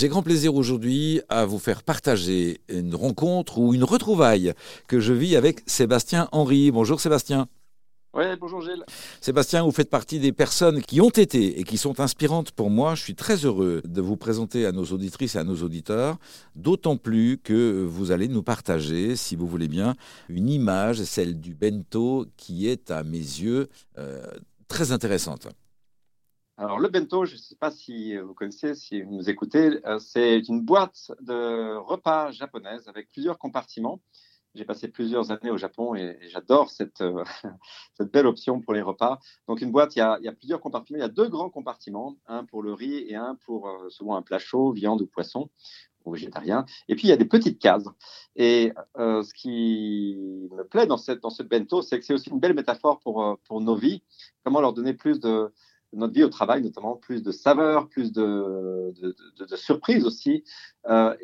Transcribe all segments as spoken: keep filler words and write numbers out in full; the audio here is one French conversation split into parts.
J'ai grand plaisir aujourd'hui à vous faire partager une rencontre ou une retrouvaille que je vis avec Sébastien Henry. Bonjour Sébastien. Oui, bonjour Gilles. Sébastien, vous faites partie des personnes qui ont été et qui sont inspirantes pour moi. Je suis très heureux de vous présenter à nos auditrices et à nos auditeurs, d'autant plus que vous allez nous partager, si vous voulez bien, une image, celle du bento, qui est à mes yeux euh, très intéressante. Alors le bento, je ne sais pas si vous connaissez, si vous nous écoutez, euh, c'est une boîte de repas japonaise avec plusieurs compartiments. J'ai passé plusieurs années au Japon et, et j'adore cette, euh, cette belle option pour les repas. Donc une boîte, il y, a, il y a plusieurs compartiments. Il y a deux grands compartiments, un pour le riz et un pour euh, souvent un plat chaud, viande ou poisson ou végétarien. Et puis il y a des petites cases. Et euh, ce qui me plaît dans cette, dans ce bento, c'est que c'est aussi une belle métaphore pour, euh, pour nos vies. Comment leur donner plus de notre vie au travail, notamment plus de saveurs, plus de, de, de, de surprises aussi. Euh,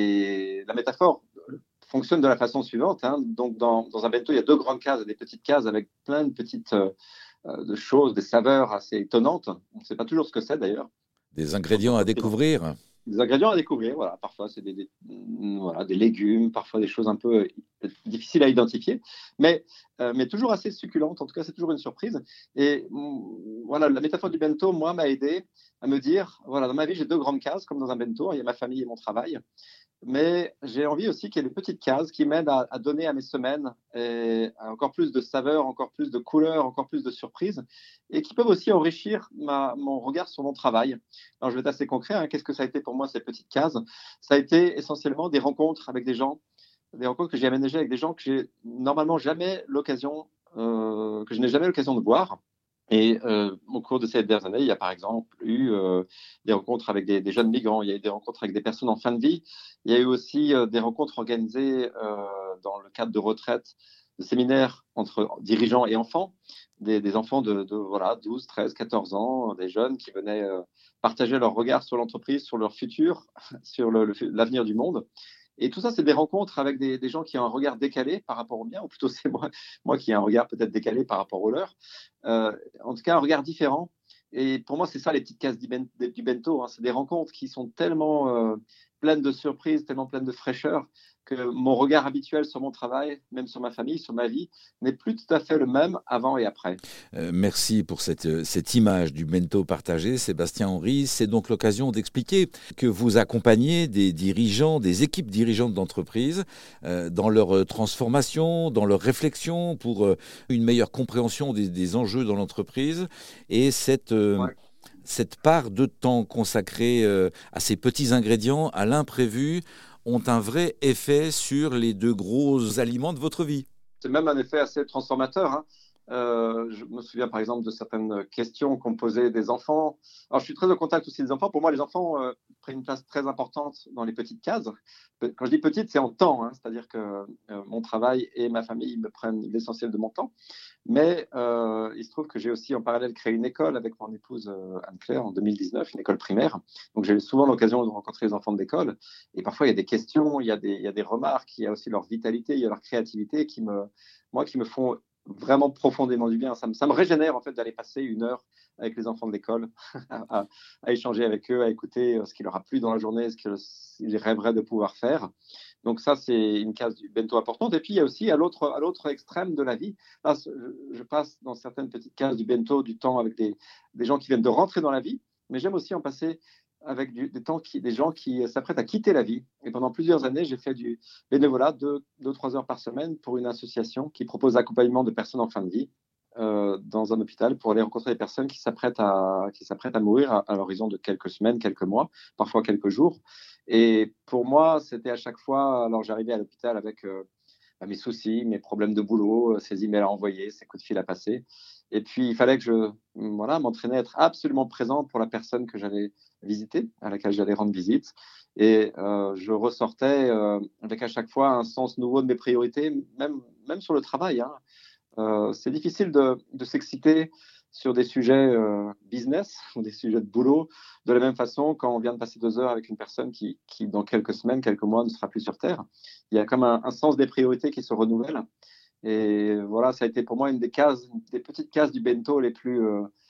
et la métaphore fonctionne de la façon suivante. Hein. Donc, dans, dans un bento, il y a deux grandes cases et des petites cases avec plein de petites euh, de choses, des saveurs assez étonnantes. On ne sait pas toujours ce que c'est d'ailleurs. Des ingrédients à découvrir. Des ingrédients à découvrir, voilà. Parfois, c'est des, des, voilà, des légumes, parfois des choses un peu difficiles à identifier, mais, euh, mais toujours assez succulentes. En tout cas, c'est toujours une surprise. Et voilà, la métaphore du bento, moi, m'a aidé à me dire, voilà, dans ma vie, j'ai deux grandes cases, comme dans un bento. Il y a ma famille et mon travail. Mais j'ai envie aussi qu'il y ait des petites cases qui m'aident à, à donner à mes semaines et encore plus de saveurs, encore plus de couleurs, encore plus de surprises et qui peuvent aussi enrichir ma, mon regard sur mon travail. Alors, je vais être assez concret. Hein. Qu'est-ce que ça a été pour moi, ces petites cases? Ça a été essentiellement des rencontres avec des gens, des rencontres que j'ai aménagées avec des gens que j'ai normalement jamais l'occasion, euh, que je n'ai jamais l'occasion de voir. Et euh, au cours de ces dernières années, il y a par exemple eu euh, des rencontres avec des, des jeunes migrants, il y a eu des rencontres avec des personnes en fin de vie, il y a eu aussi euh, des rencontres organisées euh, dans le cadre de retraites, de séminaires entre dirigeants et enfants, des, des enfants de, de voilà, douze, treize, quatorze ans, des jeunes qui venaient euh, partager leur regard sur l'entreprise, sur leur futur, sur le, le, l'avenir du monde. Et tout ça, c'est des rencontres avec des, des gens qui ont un regard décalé par rapport au mien, ou plutôt c'est moi, moi qui ai un regard peut-être décalé par rapport au leur. Euh, en tout cas, un regard différent. Et pour moi, c'est ça les petites cases du, ben, du bento. Hein. C'est des rencontres qui sont tellement euh, pleines de surprises, tellement pleines de fraîcheur, que mon regard habituel sur mon travail, même sur ma famille, sur ma vie, n'est plus tout à fait le même avant et après. Euh, merci pour cette, cette image du bento partagé, Sébastien Henry. C'est donc l'occasion d'expliquer que vous accompagnez des dirigeants, des équipes dirigeantes d'entreprise euh, dans leur transformation, dans leur réflexion pour euh, une meilleure compréhension des, des enjeux dans l'entreprise. Et cette... Euh, ouais. Cette part de temps consacrée euh, à ces petits ingrédients, à l'imprévu, ont un vrai effet sur les deux gros aliments de votre vie. C'est même un effet assez transformateur. Hein. Euh, je me souviens par exemple de certaines questions qu'on posait des enfants. Alors je suis très au contact aussi des enfants. Pour moi, les enfants euh, prennent une place très importante dans les petites cases. Quand je dis petite, c'est en temps, hein, c'est-à-dire que euh, mon travail et ma famille me prennent l'essentiel de mon temps. Mais euh, il se trouve que j'ai aussi en parallèle créé une école avec mon épouse euh, Anne-Claire en deux mille dix-neuf, une école primaire. Donc j'ai souvent l'occasion de rencontrer les enfants de l'école. Et parfois il y a des questions, il y a des, il y a des remarques, il y a aussi leur vitalité, il y a leur créativité qui me, moi, qui me font vraiment profondément du bien. Ça me, ça me régénère en fait d'aller passer une heure avec les enfants de l'école, à, à, à échanger avec eux, à écouter ce qui leur a plu dans la journée, ce qu'ils rêveraient de pouvoir faire. Donc ça, c'est une case du bento importante. Et puis, il y a aussi à l'autre, à l'autre extrême de la vie, là, je, je passe dans certaines petites cases du bento du temps avec des, des gens qui viennent de rentrer dans la vie, mais j'aime aussi en passer avec du, des, temps qui, des gens qui s'apprêtent à quitter la vie. Et pendant plusieurs années, j'ai fait du bénévolat, deux, deux, trois heures par semaine pour une association qui propose l'accompagnement de personnes en fin de vie euh, dans un hôpital pour aller rencontrer des personnes qui s'apprêtent à, qui s'apprêtent à mourir à, à l'horizon de quelques semaines, quelques mois, parfois quelques jours. Et pour moi, c'était à chaque fois, alors j'arrivais à l'hôpital avec euh, mes soucis, mes problèmes de boulot, ces emails à envoyer, ces coups de fil à passer. Et puis, il fallait que je voilà, m'entraînais à être absolument présent pour la personne que j'allais visiter, à laquelle j'allais rendre visite. Et euh, je ressortais euh, avec à chaque fois un sens nouveau de mes priorités, même, même sur le travail. Hein. Euh, c'est difficile de, de s'exciter sur des sujets euh, business ou des sujets de boulot de la même façon quand on vient de passer deux heures avec une personne qui, qui dans quelques semaines, quelques mois, ne sera plus sur Terre. Il y a comme un, un sens des priorités qui se renouvelle. Et voilà, ça a été pour moi une des cases, des petites cases du bento les plus, euh,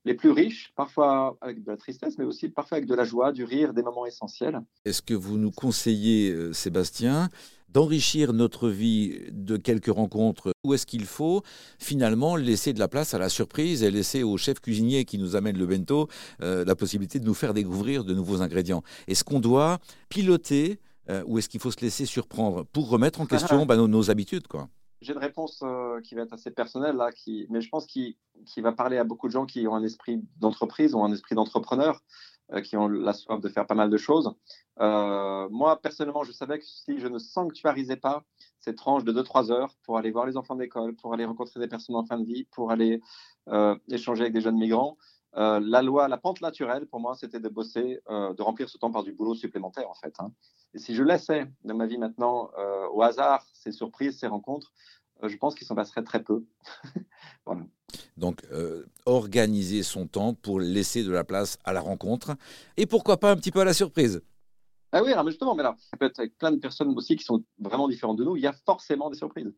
les plus riches, parfois avec de la tristesse, mais aussi parfois avec de la joie, du rire, des moments essentiels. Est-ce que vous nous conseillez, euh, Sébastien, d'enrichir notre vie de quelques rencontres ou est-ce qu'il faut finalement laisser de la place à la surprise et laisser au chef cuisinier qui nous amène le bento euh, la possibilité de nous faire découvrir de nouveaux ingrédients? Est-ce qu'on doit piloter euh, ou est-ce qu'il faut se laisser surprendre pour remettre en question bah, nos, nos habitudes, quoi? J'ai une réponse euh, qui va être assez personnelle, là, qui, mais je pense qu'il qui va parler à beaucoup de gens qui ont un esprit d'entreprise, ont un esprit d'entrepreneur, euh, qui ont la soif de faire pas mal de choses. Euh, moi, personnellement, je savais que si je ne sanctuarisais pas ces tranches de deux trois heures pour aller voir les enfants d'école, pour aller rencontrer des personnes en fin de vie, pour aller euh, échanger avec des jeunes migrants, euh, la loi, la pente naturelle, pour moi, c'était de bosser, euh, de remplir ce temps par du boulot supplémentaire, en fait. Hein. Et si je laissais dans ma vie maintenant euh, au hasard ces surprises, ces rencontres, euh, je pense qu'il s'en passerait très peu. Voilà. Donc, euh, organiser son temps pour laisser de la place à la rencontre et pourquoi pas un petit peu à la surprise. Ah oui, alors, mais justement, mais là, ça peut être avec plein de personnes aussi qui sont vraiment différentes de nous. Il y a forcément des surprises.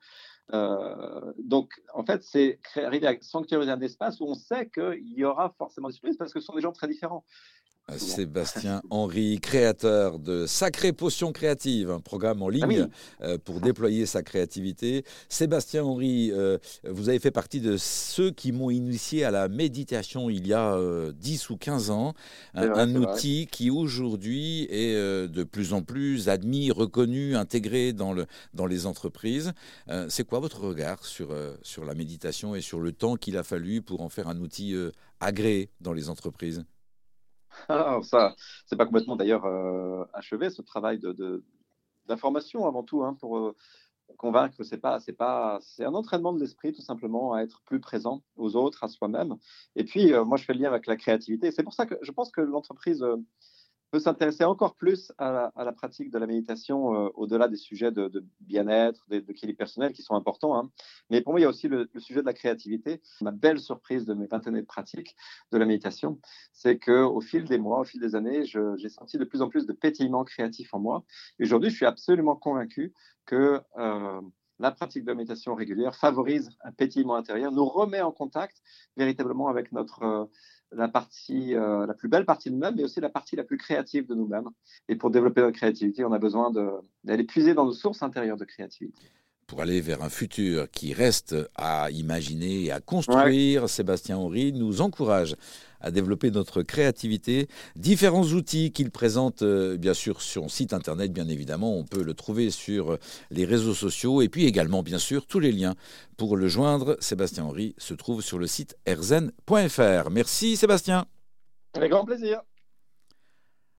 Euh, donc, en fait, c'est créer, arriver à sanctuariser un espace où on sait qu'il y aura forcément des surprises parce que ce sont des gens très différents. Sébastien Henry, créateur de Sacrée Potion Créative, un programme en ligne ah oui. pour déployer sa créativité. Sébastien Henry, euh, vous avez fait partie de ceux qui m'ont initié à la méditation il y a euh, dix ou quinze ans. Un, vrai, un outil vrai. qui aujourd'hui est euh, de plus en plus admis, reconnu, intégré dans, le, dans les entreprises. Euh, c'est quoi votre regard sur, euh, sur la méditation et sur le temps qu'il a fallu pour en faire un outil euh, agréé dans les entreprises? Alors ça, c'est pas complètement d'ailleurs euh, achevé ce travail de, de, d'information avant tout hein, pour euh, convaincre que c'est pas, c'est pas, c'est un entraînement de l'esprit tout simplement à être plus présent aux autres, à soi-même. Et puis euh, moi je fais le lien avec la créativité. C'est pour ça que je pense que l'entreprise euh, peut s'intéresser encore plus à la, à la pratique de la méditation euh, au-delà des sujets de, de bien-être, d'équilibre personnel qui sont importants. Hein. Mais pour moi, il y a aussi le, le sujet de la créativité. Ma belle surprise de mes vingt années de pratique de la méditation, c'est qu'au fil des mois, au fil des années, je, j'ai senti de plus en plus de pétillement créatif en moi. Et aujourd'hui, je suis absolument convaincu que euh, la pratique de la méditation régulière favorise un pétillement intérieur, nous remet en contact véritablement avec notre... Euh, la partie, euh, la plus belle partie de nous-mêmes, mais aussi la partie la plus créative de nous-mêmes. Et pour développer notre créativité, on a besoin de, d'aller puiser dans nos sources intérieures de créativité. Pour aller vers un futur qui reste à imaginer et à construire, ouais. Sébastien Henry nous encourage à développer notre créativité. Différents outils qu'il présente, euh, bien sûr, sur son site internet, bien évidemment. On peut le trouver sur les réseaux sociaux. Et puis également, bien sûr, tous les liens pour le joindre. Sébastien Henry se trouvent sur le site erzen point f r. Merci Sébastien. Avec grand plaisir.